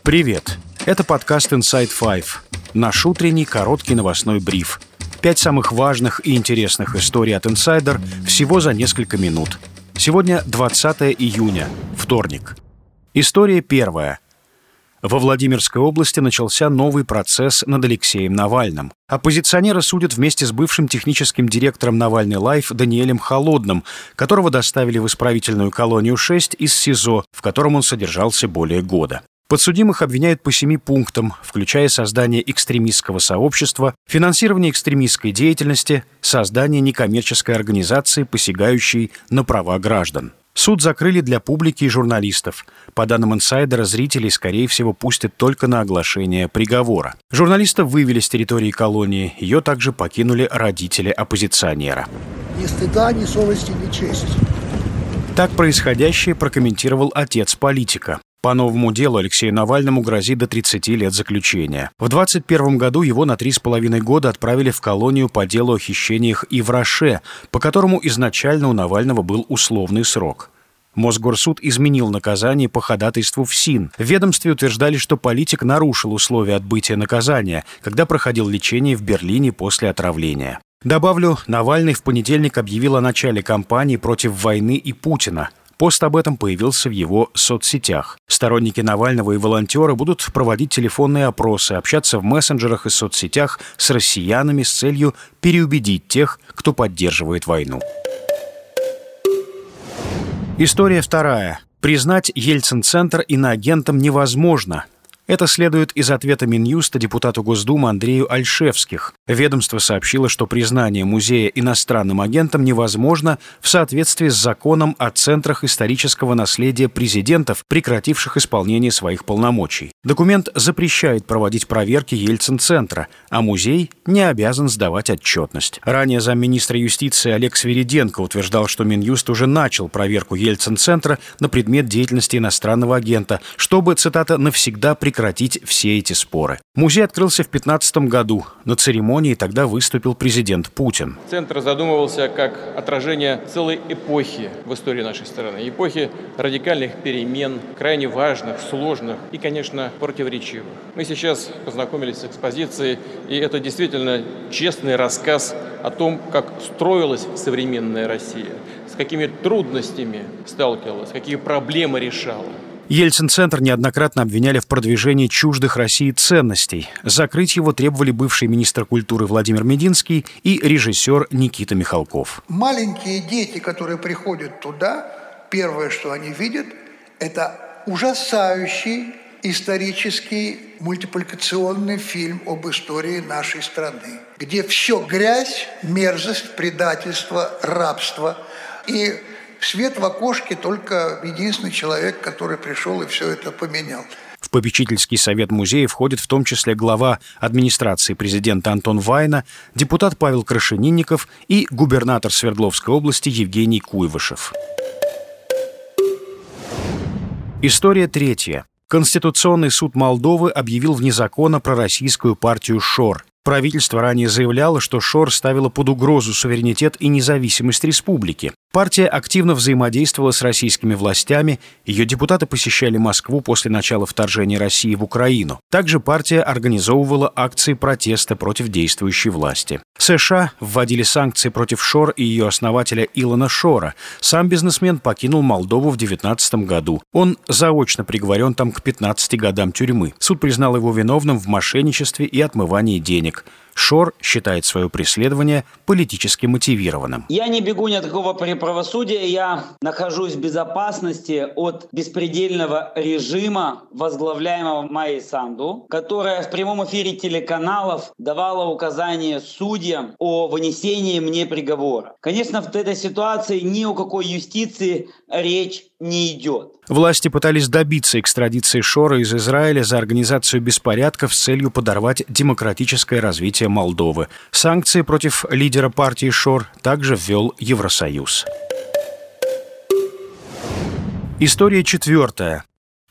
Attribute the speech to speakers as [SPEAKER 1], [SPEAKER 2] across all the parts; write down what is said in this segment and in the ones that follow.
[SPEAKER 1] Привет! Это подкаст Inside Five. Наш утренний короткий новостной бриф. 5 самых важных и интересных историй от Insider всего за несколько минут. Сегодня 20 июня, вторник. История первая. Во Владимирской области начался новый процесс над Алексеем Навальным. Оппозиционера судят вместе с бывшим техническим директором Навальный Лайф Даниэлем Холодным, которого доставили в исправительную колонию 6 из СИЗО, в котором он содержался более года. Подсудимых обвиняют по 7 пунктам, включая создание экстремистского сообщества, финансирование экстремистской деятельности, создание некоммерческой организации, посягающей на права граждан. Суд закрыли для публики и журналистов. По данным инсайдера, зрителей, скорее всего, пустят только на оглашение приговора. Журналистов вывели с территории колонии. Ее также покинули родители оппозиционера.
[SPEAKER 2] Ни стыда, ни совести, ни чести.
[SPEAKER 1] Так происходящее прокомментировал отец политика. По новому делу Алексею Навальному грозит до 30 лет заключения. В 2021 году его на 3,5 года отправили в колонию по делу о хищениях и Ивраше, по которому изначально у Навального был условный срок. Мосгорсуд изменил наказание по ходатайству ФСИН. В ведомстве утверждали, что политик нарушил условия отбытия наказания, когда проходил лечение в Берлине после отравления. Добавлю, Навальный в понедельник объявил о начале кампании против войны и Путина. Пост об этом появился в его соцсетях. Сторонники Навального и волонтеры будут проводить телефонные опросы, общаться в мессенджерах и соцсетях с россиянами с целью переубедить тех, кто поддерживает войну. История вторая. Признать Ельцин-центр иноагентом невозможно. Это следует из ответа Минюста депутату Госдумы Андрею Ольшевских. Ведомство сообщило, что признание музея иностранным агентом невозможно в соответствии с законом о центрах исторического наследия президентов, прекративших исполнение своих полномочий. Документ запрещает проводить проверки Ельцин-центра, а музей не обязан сдавать отчетность. Ранее замминистра юстиции Олег Свириденко утверждал, что Минюст уже начал проверку Ельцин-центра на предмет деятельности иностранного агента, чтобы, цитата, «навсегда прекратить все эти споры». Музей открылся в 2015 году. На церемонии тогда выступил президент Путин.
[SPEAKER 3] Центр задумывался как отражение целой эпохи в истории нашей страны. Эпохи радикальных перемен, крайне важных, сложных и, конечно, противоречивых. Мы сейчас познакомились с экспозицией, и это действительно честный рассказ о том, как строилась современная Россия, с какими трудностями сталкивалась, какие проблемы решала.
[SPEAKER 1] Ельцин-центр неоднократно обвиняли в продвижении чуждых России ценностей. Закрыть его требовали бывший министр культуры Владимир Мединский и режиссер Никита Михалков.
[SPEAKER 2] Маленькие дети, которые приходят туда, первое, что они видят, это ужасающий исторический мультипликационный фильм об истории нашей страны, где все грязь, мерзость, предательство, рабство и свет в окошке только единственный человек, который пришел и все это поменял.
[SPEAKER 1] В попечительский совет музея входит в том числе глава администрации президента Антон Вайна, депутат Павел Крашенинников и губернатор Свердловской области Евгений Куйвышев. История третья. Конституционный суд Молдовы объявил вне закона пророссийскую партию ШОР. Правительство ранее заявляло, что ШОР ставила под угрозу суверенитет и независимость республики. Партия активно взаимодействовала с российскими властями, ее депутаты посещали Москву после начала вторжения России в Украину. Также партия организовывала акции протеста против действующей власти. США вводили санкции против ШОР и ее основателя Илона Шора. Сам бизнесмен покинул Молдову в 2019 году. Он заочно приговорен там к 15 годам тюрьмы. Суд признал его виновным в мошенничестве и отмывании денег. Шор считает свое преследование политически мотивированным.
[SPEAKER 4] Я не бегу ни от какого правосудия, я нахожусь в безопасности от беспредельного режима, возглавляемого Майей Санду, которая в прямом эфире телеканалов давала указания судьям о вынесении мне приговора. Конечно, в этой ситуации ни о какой юстиции речь не идет.
[SPEAKER 1] Власти пытались добиться экстрадиции Шора из Израиля за организацию беспорядков с целью подорвать демократическое развитие Молдовы. Санкции против лидера партии Шор также ввел Евросоюз. История четвертая.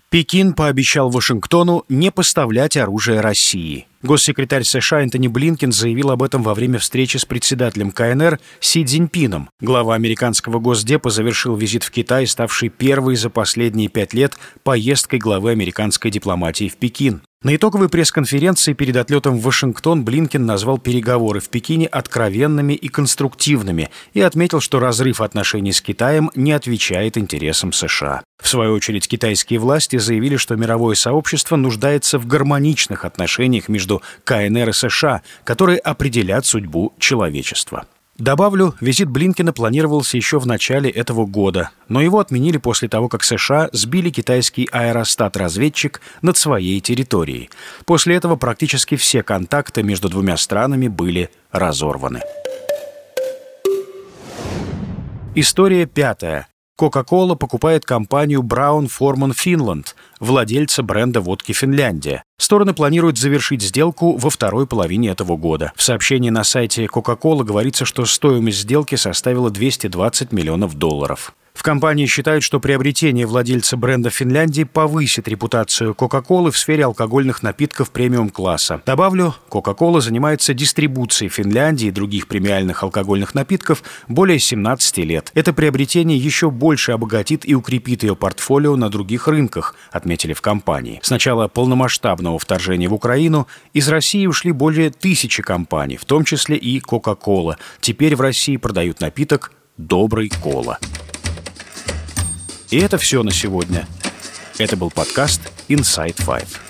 [SPEAKER 1] Пекин пообещал Вашингтону не поставлять оружие России. Госсекретарь США Энтони Блинкен заявил об этом во время встречи с председателем КНР Си Цзиньпином. Глава американского Госдепа завершил визит в Китай, ставший первой за последние 5 лет поездкой главы американской дипломатии в Пекин. На итоговой пресс-конференции перед отлетом в Вашингтон Блинкен назвал переговоры в Пекине откровенными и конструктивными и отметил, что разрыв отношений с Китаем не отвечает интересам США. В свою очередь, китайские власти заявили, что мировое сообщество нуждается в гармоничных отношениях между КНР и США, которые определят судьбу человечества. Добавлю, визит Блинкена планировался еще в начале этого года, но его отменили после того, как США сбили китайский аэростат-разведчик над своей территорией. После этого практически все контакты между двумя странами были разорваны. История 5. Coca-Cola покупает компанию Brown-Forman Finland, владельца бренда водки «Финляндия». Стороны планируют завершить сделку во второй половине этого года. В сообщении на сайте Coca-Cola говорится, что стоимость сделки составила $220 миллионов. В компании считают, что приобретение владельца бренда Финляндии повысит репутацию Coca-Cola в сфере алкогольных напитков премиум-класса. Добавлю, Coca-Cola занимается дистрибуцией Финляндии и других премиальных алкогольных напитков более 17 лет. Это приобретение еще больше обогатит и укрепит ее портфолио на других рынках, отметили в компании. С начала полномасштабного вторжения в Украину из России ушли более 1000 компаний, в том числе и Coca-Cola. Теперь в России продают напиток «Добрый кола». И это все на сегодня. Это был подкаст Inside Five.